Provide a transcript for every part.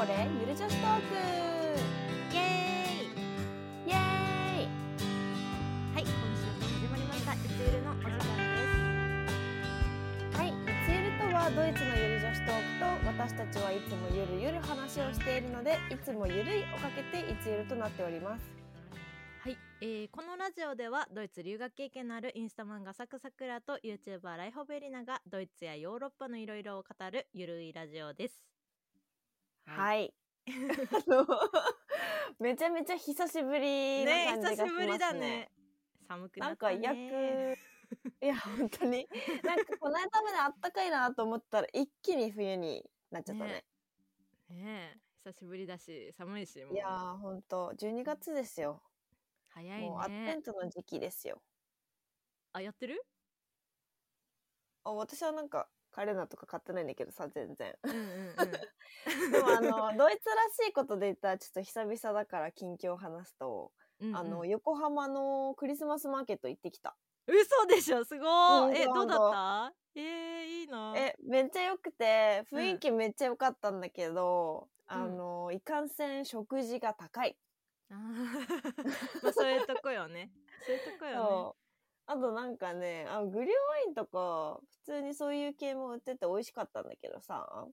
これゆる女子トークイエーイイエーイ。 はい、今週も始まりましたいつゆるのお時間です。 はい、いつゆるとはドイツのゆる女子トークと私たちはいつもゆるゆる話をしているのでいつもゆるいをかけていつゆるとなっております。 はい、このラジオではドイツ留学経験のあるインスタ漫画サクサクラと YouTuber ライホベリナがドイツやヨーロッパのいろいろを語るゆるいラジオです。 はい、めちゃめちゃ久しぶりな感じがしますね。 久しぶりだね。寒くなったね。 なんかいや本当になんかこの間まであったかいなと思ったら一気に冬になっちゃったね。 ねえ、久しぶりだし寒いしもう。 いやー本当12月ですよ。 早いね。 もうアッテントの時期ですよ。 あ、やってる？ 私はなんかカレンダーとか買ってないんだけどさ全然。 うんでもドイツらしいことで言ったらちょっと久々だから近況を話すと、横浜のクリスマスマーケット行ってきた。 嘘でしょ、すごうんい。どうだった？いいな。 めっちゃ良くて雰囲気めっちゃ良かったんだけど、いかんせん食事が高い。 まあそういうとこよね。そういうとこよね。 そうあとなんかねグリューワインとか普通にそういう系も売ってて美味しかったんだけどさ、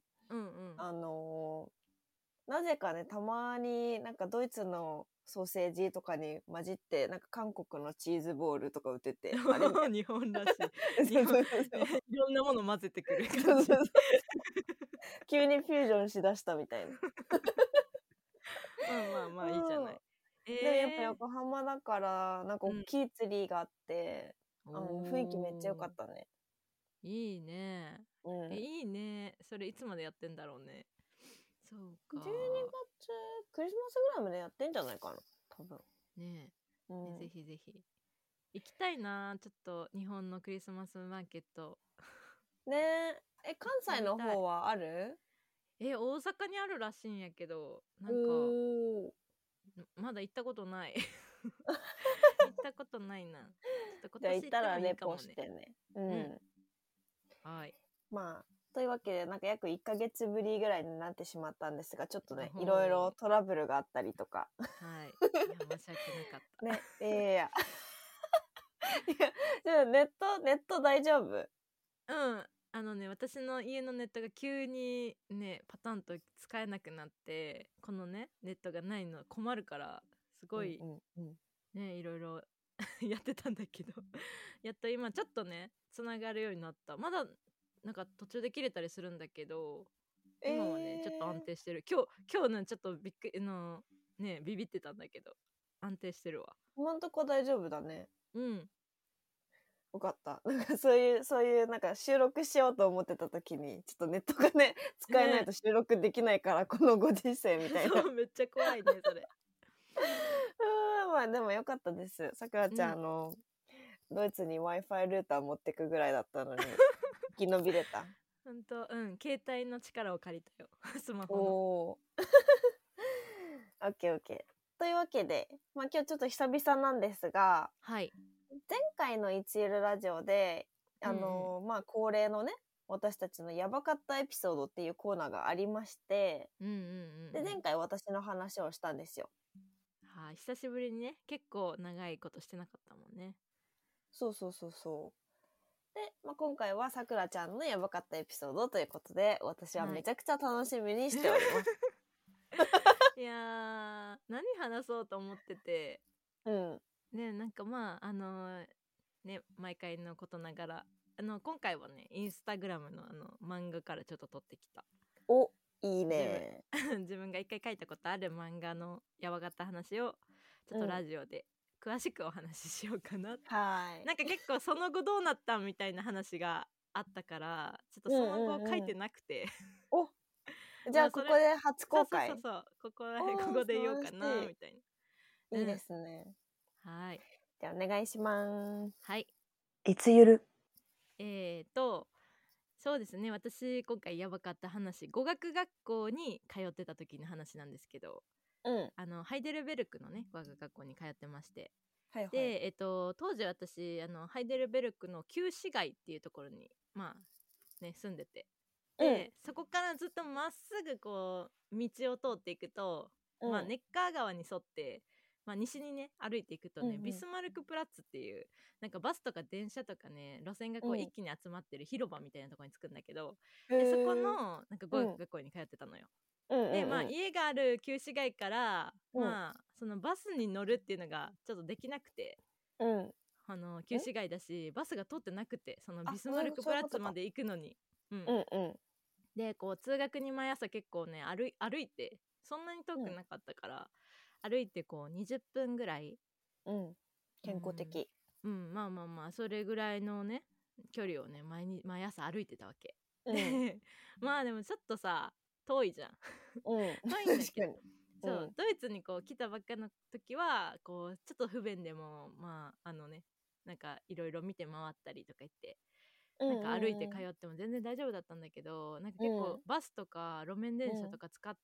なぜかねたまになんかドイツのソーセージとかに混じってなんか韓国のチーズボールとか売っててあれ日本らしい。日本いろんなもの混ぜてくる感じ。 急にフュージョンしだしたみたいな。 まあいいじゃない。 でもやっぱ横浜だからなんか大きいツリーがあって、雰囲気めっちゃ良かったね。 いいね。いいね。それいつまでやってんだろうね。そうか。12 月クリスマスぐらいまでやってんじゃないかな多分ねえ、ぜひぜひ行きたいな。ちょっと日本のクリスマスマーケットねえ関西の方はある？ 大阪にあるらしいんやけどなんかまだ行ったことない行ったことないな。ちょっと今年行ってもいいかもね。 じゃあ行ったらレポしてね。 はい。 まあというわけでなんか約1ヶ月ぶりぐらいになってしまったんですがちょっとねいろいろトラブルがあったりとかはいいや申し訳なかったねいやネット大丈夫？ 私の家のネットが急にねパタンと使えなくなってこのねネットがないの困るからすごい、ねいろいろやってたんだけどやっと今ちょっとねつながるようになった。まだなんか途中で切れたりするんだけど今はねちょっと安定してる。今日ねちょっとビビってたんだけど安定してるわ。 今んとこ大丈夫だね。よかった。なんかそういうなんか収録しようと思ってた時にちょっとネットがね使えないと収録できないから、このご時世みたいな。 そうめっちゃ怖いねそれまあでもよかったです。さくらちゃん、ドイツに Wi-Fi ルーター持ってくぐらいだったのに生き延びれた。 ほんと携帯の力を借りたよスマホの。 オッケーというわけで、まあ、今日ちょっと久々なんですが、 はい、 前回のいつゆるラジオでまあ恒例のね私たちのやばかったエピソードっていうコーナーがありまして、で前回私の話をしたんですよ。 久しぶりにね結構長いことしてなかったもんね。 そうで、まあ、今回はさくらちゃんのやばかったエピソードということで私はめちゃくちゃ楽しみにしております、 いや何話そうと思っててねなんかまあね毎回のことながら今回はねインスタグラムの漫画からちょっと撮ってきた。 おいいね自分が一回書いたことある漫画のやばかった話をちょっとラジオで詳しくお話ししようかな、なんか結構その後どうなったみたいな話があったからちょっとその後書いてなくて、 おじゃあここで初公開。 そうここで言おうかなみたいな。 いいですね、 はいじゃあお願いします。 はいいつゆるそうですね、私今回やばかった話語学学校に通ってた時の話なんですけど、ハイデルベルクのね語学学校に通ってまして、で、当時私ハイデルベルクの旧市街っていうところにまあね住んでて、 で、そこからずっとまっすぐこう道を通っていくと、まあネッカー川に沿って、まあ、西にね歩いていくとね、ビスマルクプラッツっていうなんかバスとか電車とかね路線がこう一気に集まってる広場みたいなところに着くんだけど、でそこのなんか語学学校に通ってたのよ。でまあ家がある旧市街から、まあそのバスに乗るっていうのがちょっとできなくて、旧市街だしバスが通ってなくて、そのビスマルクプラッツまで行くのに、でこう通学に毎朝結構ね歩いて、そんなに遠くなかったから、歩いてこう20分ぐらい、 健康的、 まあまあまあそれぐらいのね距離をね毎朝歩いてたわけ、でまあでもちょっとさ遠いじゃん、遠いんだけどそう、ドイツにこう来たばっかの時はこうちょっと不便でもまあねなんかいろいろ見て回ったりとか言ってなんか歩いて通っても全然大丈夫だったんだけど、なんか結構バスとか路面電車とか使って、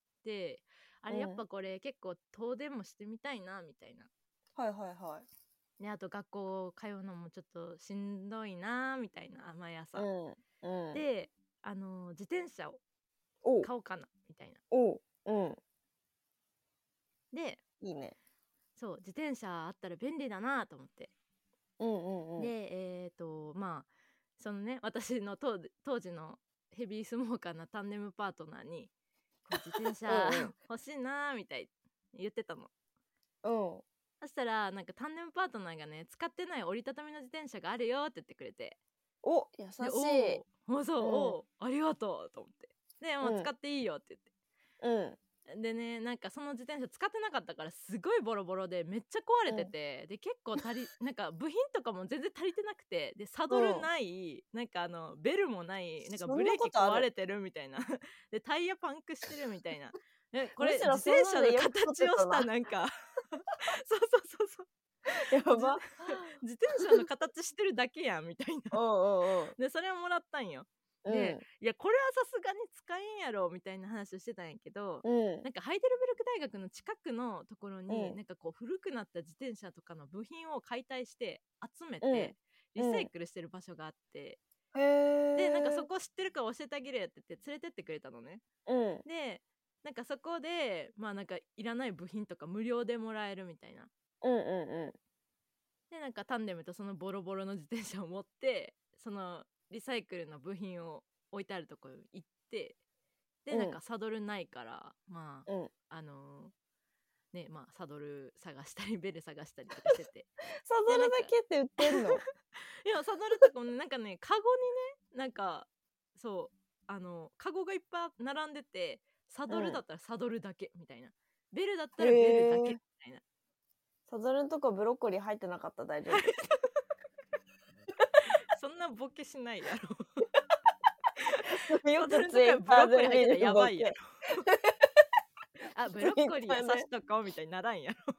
あれやっぱこれ結構遠出もしてみたいなみたいな、であと学校通うのもちょっとしんどいなみたいな毎朝、で自転車を買おうかなみたいな、でいいね、 そう自転車あったら便利だなと思って、でまあそのね私の当時のヘビースモーカーなタンデムパートナーにこう自転車欲しいなみたいに言ってたの。そしたらなんかタンデムパートナーがね使ってない折りたたみの自転車があるよって言ってくれて、 優しい、 ありがとうと思って、でもう使っていいよって言って、でねなんかその自転車使ってなかったからすごいボロボロでめっちゃ壊れてて、で結構なんか部品とかも全然足りてなくて、でサドルない、なんかベルもない、なんかブレーキ壊れてるみたいなでタイヤパンクしてるみたいな、これ自転車の形をしたなんかそうやば自転車の形してるだけやんみたいなでそれをもらったんよ。で、いやこれはさすがに使えんやろみたいな話をしてたんやけど、なんかハイデルベルク大学の近くのところに、なんかこう古くなった自転車とかの部品を解体して集めて、リサイクルしてる場所があって、でなんかそこ知ってるから教えてあげるやって言って連れてってくれたのね、でなんかそこでまあなんかいらない部品とか無料でもらえるみたいな、でなんかタンデムとそのボロボロの自転車を持ってそのリサイクルの部品を置いてあるところに行って、でなんかサドルないからまあねまあサドル探したりベル探したりとかしててサドルだけって売ってんのいやサドルとかもなんかねカゴにねなんかそうカゴがいっぱい並んでて、サドルだったらサドルだけみたいな、ベルだったらベルだけみたいな、 サドルのとこブロッコリー入ってなかった？大丈夫そんなボケしないやろよくツイッターで見るやばいやろあブロッコリー刺しとこうみたいにならんやろ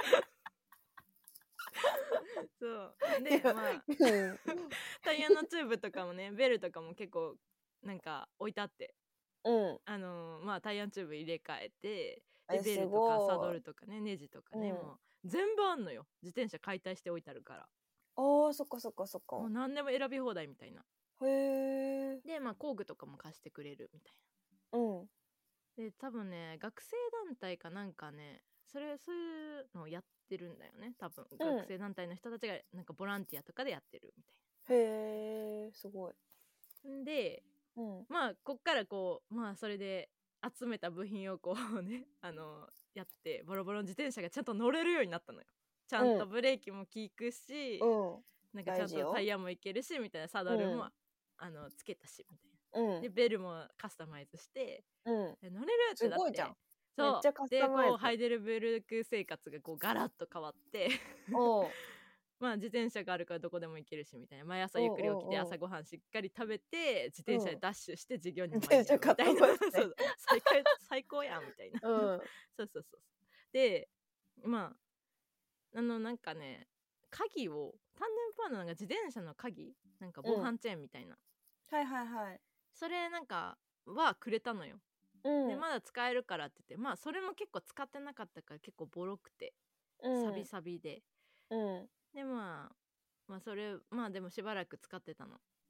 そうでまあタイヤのチューブとかもねベルとかも結構なんか置いてあって、まあタイヤのチューブ入れ替えて、でベルとかサドルとかねネジとかね、もう全部あんのよ、自転車解体しておいてあるから。 そっかそっかそっか、 もう何でも選び放題みたいな。でまあ工具とかも貸してくれるみたいな。で多分ね学生団体かなんかねそういうのをやってるんだよね多分、学生団体の人たちがなんかボランティアとかでやってるみたいな。 へえ、すごい。 で、まあこっからこうまあそれで集めた部品をこうねやってボロボロの自転車がちゃんと乗れるようになったのよ。ちゃんとブレーキも効くし、なんかちゃんとタイヤもいけるしみたいな、サドルも、つけたしみたいな、でベルもカスタマイズして、乗れるってなって、 すごいじゃん。 そうめっちゃカスタマイズ。 でこうハイデルベルク生活がこうガラッと変わってまあ自転車があるからどこでも行けるしみたいな、毎朝ゆっくり起きて朝ごはんしっかり食べて自転車でダッシュして授業に参るみたいな、そう最高やんみたいな、そうでまあなんかね鍵をタンデムパートナーが自転車の鍵なんか防犯チェーンみたいな、それなんかはくれたのよ、でまだ使えるからって言って、まあそれも結構使ってなかったから結構ボロくて、サビサビで、でまあそれまあでもしばらく使ってたの。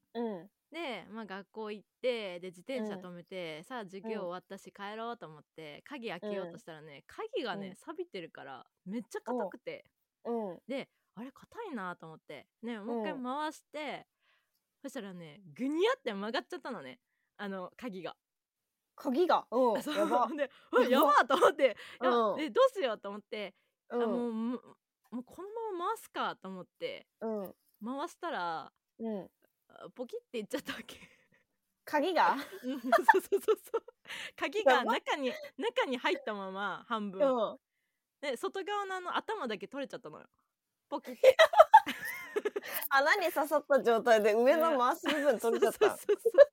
で、まあ、学校行ってで自転車止めて、さあ授業終わったし帰ろうと思って鍵開けようとしたらね、鍵がね錆びてるからめっちゃ硬くて、であれ硬いなと思ってね、もう一回回して、そしたらねぐにゃって曲がっちゃったのね、鍵がやばでやばと思って、どうしようと思って、もうこのまま回すかと思って、回したら、ポキっていっちゃったわけ。 鍵がそう鍵が中に入ったまま半分、で外側の頭だけ取れちゃったのよ、ポキって穴に刺さった状態で上の回す部分取れちゃった。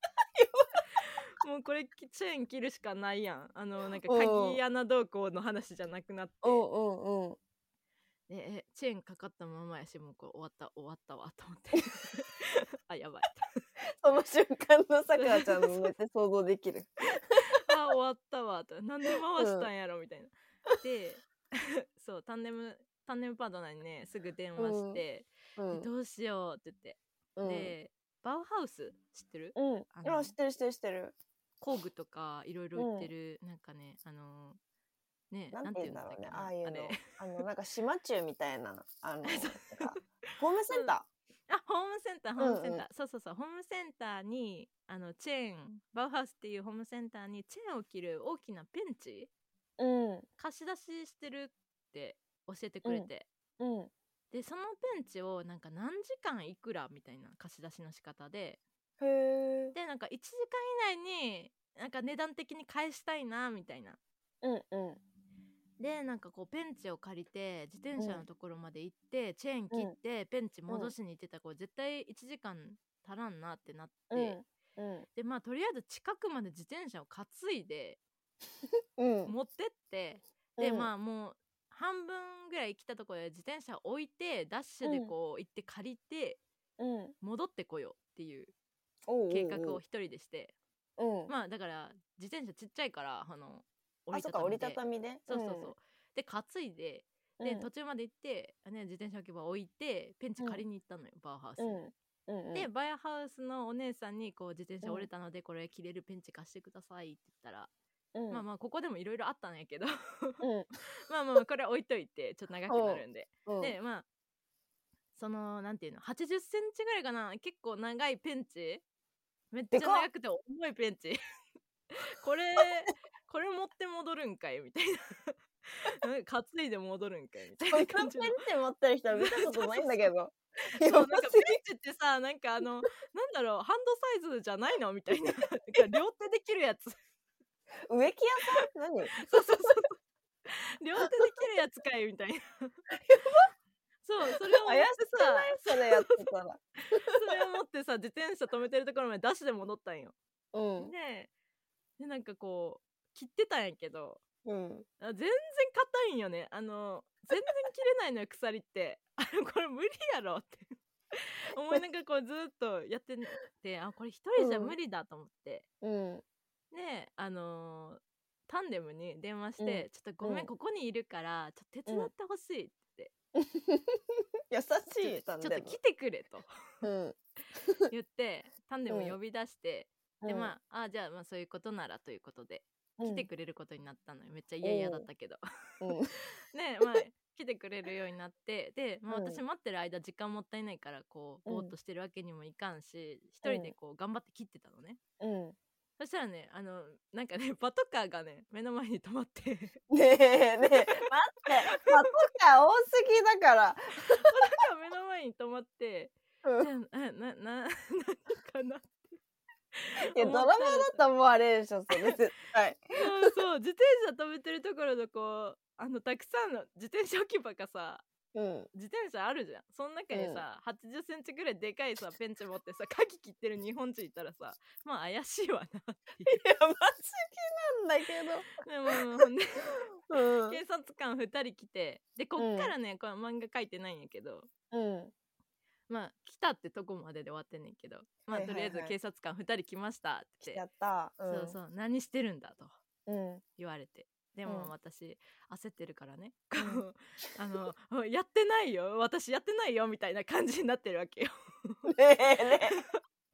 もうこれチェーン切るしかないやん。なんか鍵穴どうこうの話じゃなくなって、でチェーンかかったままやし、もうこう終わったわと思ってあ、やばいその瞬間のさくらちゃんのめっちゃ想像できるあ、終わったわと、なんで回したんやろみたいな、でそうタンデムパートナーにねすぐ電話して、でどうしようって言って、でバウハウス知ってる？ 知ってる。 工具とかいろいろ売ってる、なんかねね、 なんて言うんだろうね、ああいうのなんか島中みたいなホームセンターホームセンター、そうホームセンターにチェーンバウハウスっていうホームセンターにチェーンを切る大きなペンチ、貸し出ししてるって教えてくれて、でそのペンチをなんか何時間いくらみたいな貸し出しの仕方で、でなんか1時間以内になんか値段的に返したいなみたいな、でなんかこうペンチを借りて自転車のところまで行って、チェーン切って、ペンチ戻しに行ってたら、これ絶対1時間足らんなってなって、でまあとりあえず近くまで自転車を担いで持ってって、でまあもう半分ぐらい来たところで自転車置いてダッシュでこう行って借りて、戻ってこようっていう計画を一人でして、まあだから自転車ちっちゃいから折りたたみでそうで担いで、で途中まで行って、自転車置き場置いてペンチ借りに行ったのよ、バウハウスに、でバウハウスのお姉さんにこう自転車折れたのでこれ切れるペンチ貸してくださいって言ったら、まあここでもいろいろあったんやけどまあこれ置いといてちょっと長くなるんで、でまあそのなんていうの80センチぐらいかな、結構長いペンチ、めっちゃ長くて重いペンチこれ持って戻るんかいみたいな担いで戻るんかいみたいな感じの。 ペンチ持ってる人は見たことないんだけどそうなんかペンチってさ、なんかなんだろう、ハンドサイズじゃないのみたいな、なんか両手できるやつ植木屋さん何そう両手できるやつかいみたいなそうそれを怪しくないそれやってたらそれを持ってさ自転車止めてるところまでダッシュで戻ったんよ、でなんかこう切ってたんやけど、全然硬いんよね、全然切れないのよ鎖ってこれ無理やろって思いながらこうずっとやってて、これ一人じゃ無理だと思って、でタンデムに電話して、ちょっとごめん、ここにいるからちょっと手伝ってほしいって優しいちょっと来てくれと言ってタンデム呼び出して、でまあじゃあまあそういうことならということで来てくれることになったのよ、めっちゃ嫌だったけどね、まあ来てくれるようになって、で、まあ、私待ってる間時間もったいないからこうぼーっとしてるわけにもいかんし、一人でこう頑張って切ってたのね、そしたらねなんかねパトカーがね目の前に止まってねえ待ってパトカー多すぎだからパトカー目の前に止まって、じゃあ何かなっていやドラマだと思われるでしょそれ絶対そう自転車止めてるところのこうたくさんの自転車置き場がさ、自転車あるじゃん、その中にさ、80センチぐらいでかいさペンチ持ってさ鍵切ってる日本人いたらさ、まあ怪しいわなっていういやマジなんだけどでもほんで、警察官2人来て、でこっからね、この漫画書いてないんやけど、まあ来たってとこまでで終わってんねんけど、まあとりあえず警察官2人来ましたってやった、 そう何してるんだと言われて、でも私焦ってるからねやってないよ私やってないよみたいな感じになってるわけよねえ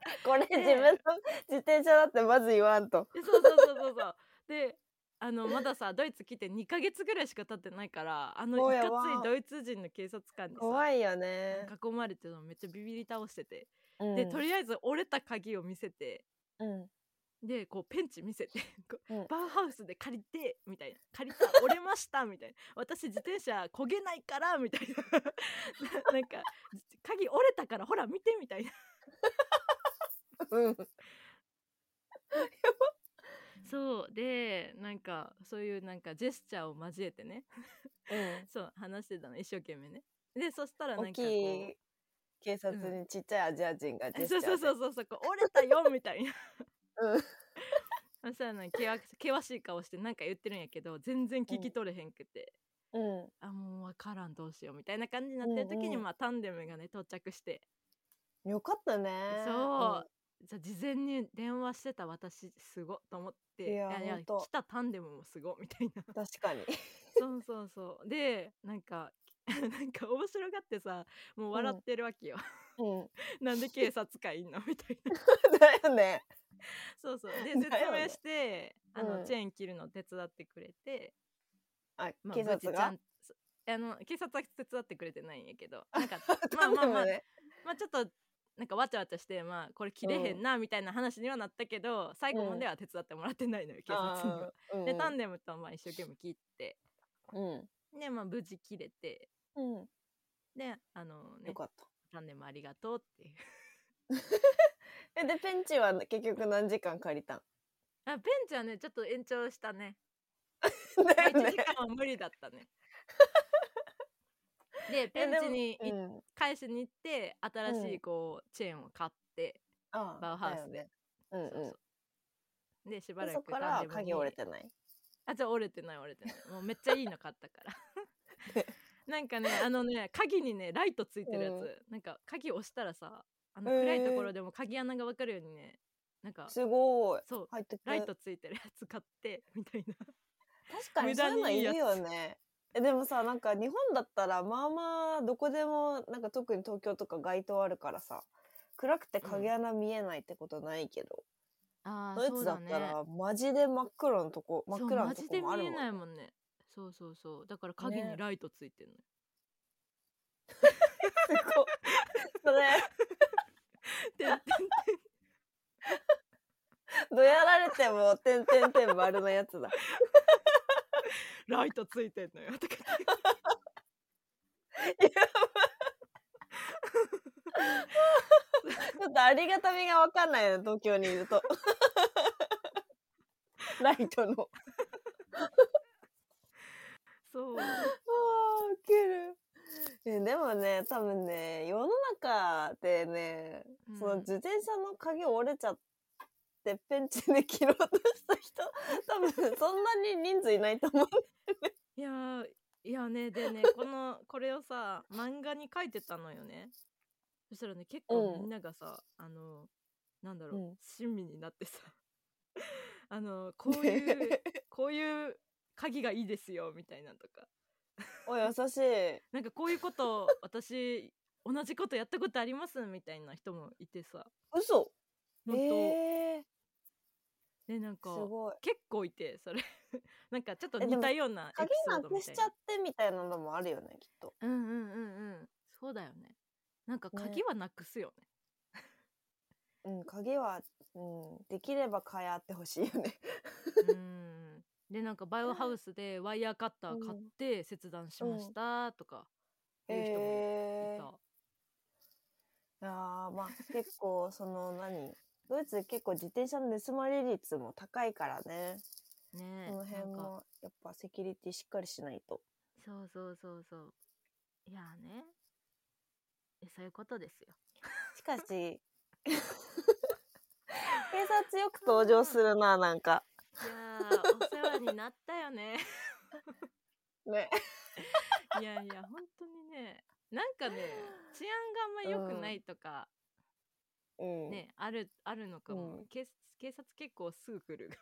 これ自分の自転車だってまず言わんと。 そうでまださドイツ来て2ヶ月ぐらいしか経ってないから、いかついドイツ人の警察官にさ怖いよね。 囲まれてるのめっちゃビビり倒してて、でとりあえず折れた鍵を見せて、でこうペンチ見せてバウハウスで借りてみたいな、借りた折れましたみたいな、私自転車焦げないからみたいななんか鍵折れたからほら見てみたいなそうでなんかそういうなんかジェスチャーを交えてねそう話してたの一生懸命ね。でそしたらなんかこう大きい警察にちっちゃいアジア人がジェスチャーで、 そう折れたよみたいなそしたら険しい顔してなんか言ってるんやけど全然聞き取れへんくて、あもう分からんどうしようみたいな感じになってる時に、まあタンデムがね到着して、 よかったね。 そう、じゃあ事前に電話してた私すごっと思って、いや来たタンデムもすごみたいな。 確かにそうでなんかなんか面白がってさもう笑ってるわけよ、なんで警察官いんのみたいなだよね。 そうで説明して、チェーン切るの手伝ってくれて、 警察が警察は手伝ってくれてないんやけど、なんかまあちょっとなんかわちゃわちゃして、まあこれ切れへんなみたいな話にはなったけど、最後までは手伝ってもらってないのよ、警察には。でタンデムとまあ一生懸命切って、でまあ無事切れて、でね、 よかった。 タンデムありがとうっていうでペンチは結局何時間借りたん？ ペンチはねちょっと延長したねだよね。 1時間は無理だったねでペンチに返しに行って新しいこうチェーンを買ってバウハウスで、でしばらくそこから鍵折れてない？ じゃあ折れてないもうめっちゃいいの買ったからなんかね鍵にねライトついてるやつ、なんか鍵押したらさ暗いところでも鍵穴が分かるようにね、なんかすごいそう入ってライトついてるやつ買ってみたいな確かにそういうのいるよね。でもさなんか日本だったらまあまあどこでもなんか特に東京とか街灯あるからさ暗くて鍵穴見えないってことないけど、ドイツだったらマジで真っ暗なとこもあるもんね。 マジで見えないもんね。そうだから鍵にライトついてんのよ、 すごいそれどやられてもてんてんてん丸のやつだライトついてんのよとかちょっとありがたみが分かんないよ東京にいるとライトのそうウケる。でもね多分ね世の中でね、その自転車の鍵折れちゃってペンチで切ろうとした人多分そんなに人数いないと思うんだよねいやねでねこれをさ漫画に書いてたのよね。そしたらね結構みんながさ、なんだろう、親身になってさこういう鍵がいいですよみたいなとかお優しいなんかこういうこと私同じことやったことありますみたいな人もいてさ。 嘘？ 本当、でなんか結構いてそれなんかちょっと似たようなエピソードみたいな。 鍵なくしちゃってみたいなのもあるよねきっと。 そうだよね。なんか鍵はなくすよね。鍵は、できれば買いあってほしいよねでなんかバイオハウスでワイヤーカッター買って切断しましたとかいう人もいた。 まあ結構そのドイツ結構自転車の盗まれ率も高いからね。その辺もやっぱセキュリティしっかりしないと。 そういやねそういうことですよ。 しかし警察よく登場するななんか。 いやお世話になったよねねいや本当にねなんかね治安があんま良くないとか、ねあるのかも、警察結構すぐ来る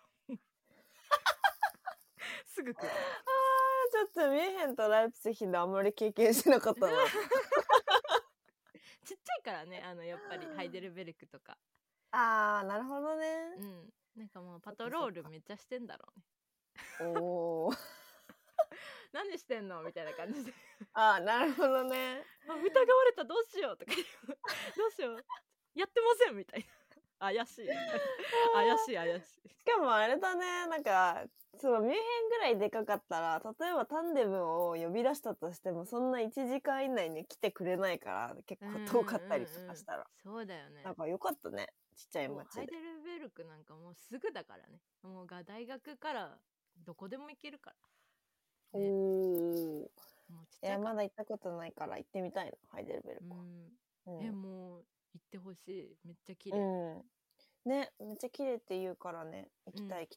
すぐ来る。 ちょっとミュンヘンとライプツィヒであんまり経験しなかったなちっちゃいからねやっぱりハイデルベルクとかあー、なるほどね。 なんかもうパトロールめっちゃしてんだろうね。おー。 何してんのみたいな感じであー、なるほどね。 疑われたどうしようとかどうしようやってませんみたいな怪しい怪しい。 しかもあれだね、なんかそのミュンヘンぐらいでかかったら、例えばタンデムを呼び出したとしてもそんな1時間以内に来てくれないから、結構遠かったりとかしたら、 そうだよね。 なんかよかったね、ちっちゃい町で。 ハイデルベルクなんかもうすぐだからね。もう大学からどこでも行けるから、 ね、おお。 もうちっちゃいまだ行ったことないから行ってみたいな、ハイデルベルクは。 もう行ってほしい。めっちゃ綺麗。 ね、めっちゃ綺麗って言うからね、行きたい。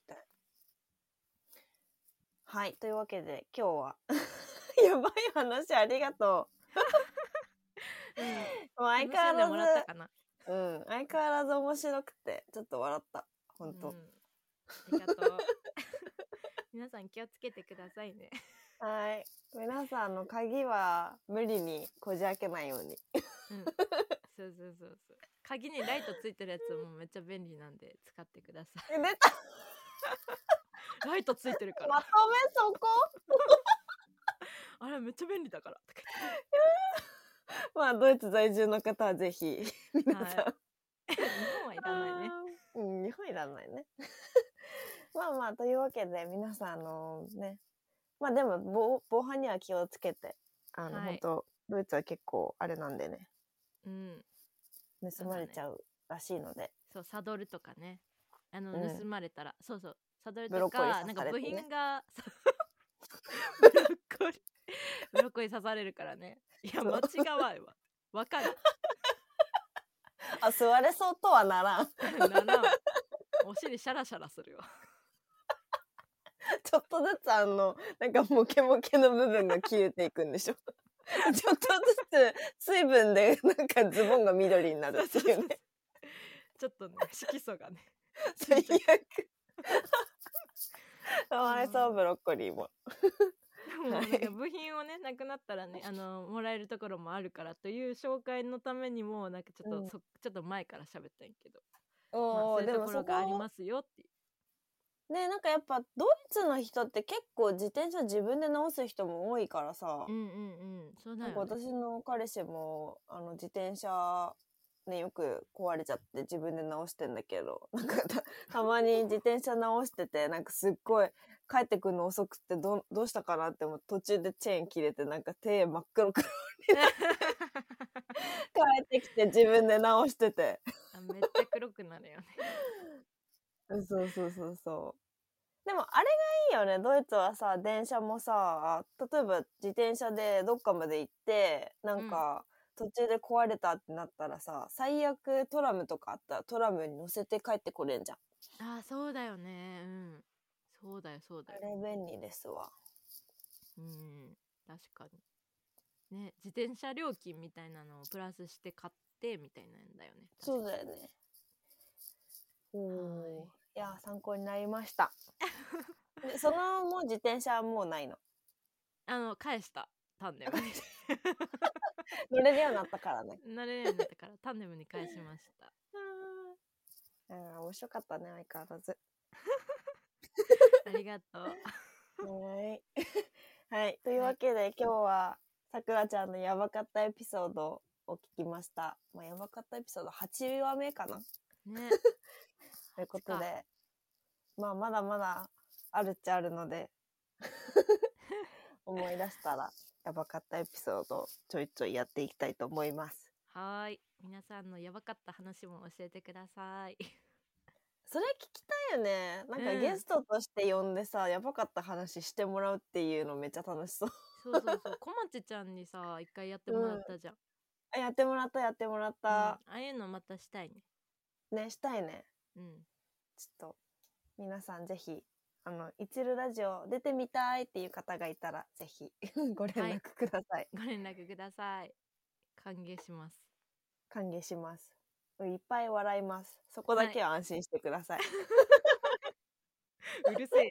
はい、というわけで今日はやばい話ありがとう。もう相変わらず相変わらず面白くてちょっと笑った、本当。 ありがとう。皆さん気をつけてくださいね。 はい、皆さんの鍵は無理にこじ開けないように。 そう鍵にライトついてるやつもめっちゃ便利なんで使ってください。 出たライトついてるから。 まとめそこあれめっちゃ便利だからとかまあドイツ在住の方はぜひ皆さん、 日本はいらないね。 日本いらないね。まあというわけで皆さんね、まあでも防犯には気をつけて、本当ドイツは結構あれなんでね、盗まれちゃうらしいので、 そうサドルとかね、盗まれたら、そうサドルとかなんか部品がブロッコリー刺されるからね。いや間違わいわ、わかる。 あ、座れそうとはならん。 お尻シャラシャラするよ。 ちょっとずつなんかモケモケの部分が切れていくんでしょ。ちょっとずつ水分でなんかズボンが緑になるっていうね。 ちょっとね、色素がね。 最悪。かわいそう、ブロッコリーも。 でもなんか部品をね、なくなったらね、もらえるところもあるからという紹介のためにもなんかちょっと前から喋ったんやけど、そういうところがありますよっていう。 ね、なんかやっぱドイツの人って結構自転車自分で直す人も多いからさ、 そうだよね。 なんか私の彼氏も自転車ね、よく壊れちゃって自分で直してんだけど、なんかたまに自転車直してて、なんかすっごい帰ってくるの遅くてどうしたかなって思って途中でチェーン切れてなんか手真っ黒になって帰ってきて自分で直しててめっちゃ黒くなるよね。 そうでもあれがいいよね。ドイツはさ、電車もさ、例えば自転車でどっかまで行ってなんか、途中で壊れたってなったらさ、最悪トラムとかあったらトラムに乗せて帰ってこれんじゃん。 あ、そうだよね。そうだよ。 あれ便利ですわ。 確かにね。自転車料金みたいなのをプラスして買ってみたいなんだよね。 そうだよね。いや参考になりました。でそのもう自転車はもうないの？ 返したタンデムに乗れるようになったからね。 乗れるようになったからタンデムに返しました。 面白かったね、相変わらず。 ありがとう。はい、というわけで、今日はさくらちゃんのやばかったエピソードを聞きました。やばかったエピソード8話目かなね。ということで、まだまだあるっちゃあるので思い出したらやばかったエピソードをちょいちょいやっていきたいと思います。 はい、皆さんのやばかった話も教えてください。 それ聞きたいよね。なんかゲストとして呼んでさ、やばかった話してもらうっていうのめっちゃ楽しそう。 そう小町ちゃんにさ一回やってもらったじゃん。 やってもらった。 ああいうのまたしたいね。 ね、したいね。ちょっと皆さんぜひいちるラジオ出てみたいっていう方がいたらぜひご連絡ください。 ご連絡ください。歓迎します。 歓迎します。いっぱい笑います。そこだけは安心してください。 うるせえ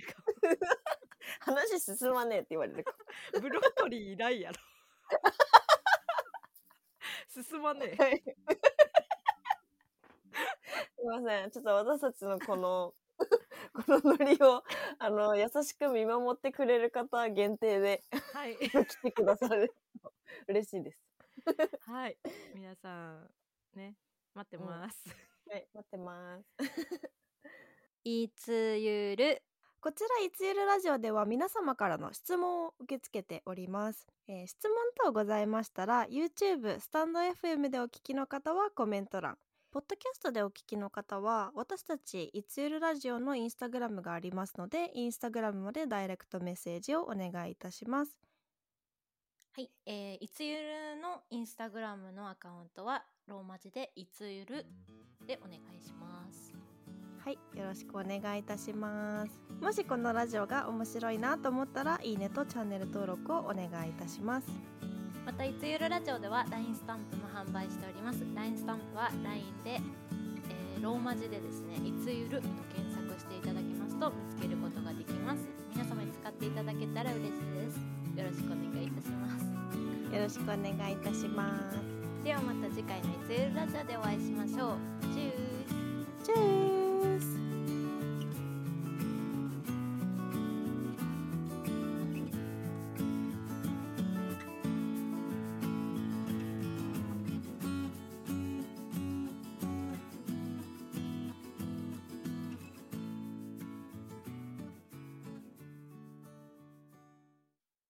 話進まねえって言われるか。 ブロッコリーいないやろ。進まねえ。 いません。ちょっと私たちのこのこのノリを優しく見守ってくれる方限定で、 はい、 来てくださると嬉しいです。 はい、皆さんね待ってます。 はい、待ってます。 いつゆる。 こちらいつゆるラジオでは皆様からの質問を受け付けております。質問等ございましたら YouTube、スタンド FM でお聞きの方はコメント欄、ポッドキャストでお聞きの方は私たちいつゆるラジオのインスタグラムがありますので、インスタグラムまでダイレクトメッセージをお願いいたします。 はい、いつゆるのインスタグラムのアカウントはローマ字でいつゆるでお願いします。 はい、よろしくお願いいたします。もしこのラジオが面白いなと思ったらいいねとチャンネル登録をお願いいたします。 またいつゆるラジオでは LINE スタンプも販売しております。 LINE スタンプは LINE で、ローマ字でですねいつゆると検索していただきますと見つけることができます。皆様に使っていただけたら嬉しいです。よろしくお願いいたします。 よろしくお願いいたします。 ではまた次回のいつゆるラジオでお会いしましょう。チュース。 チュース。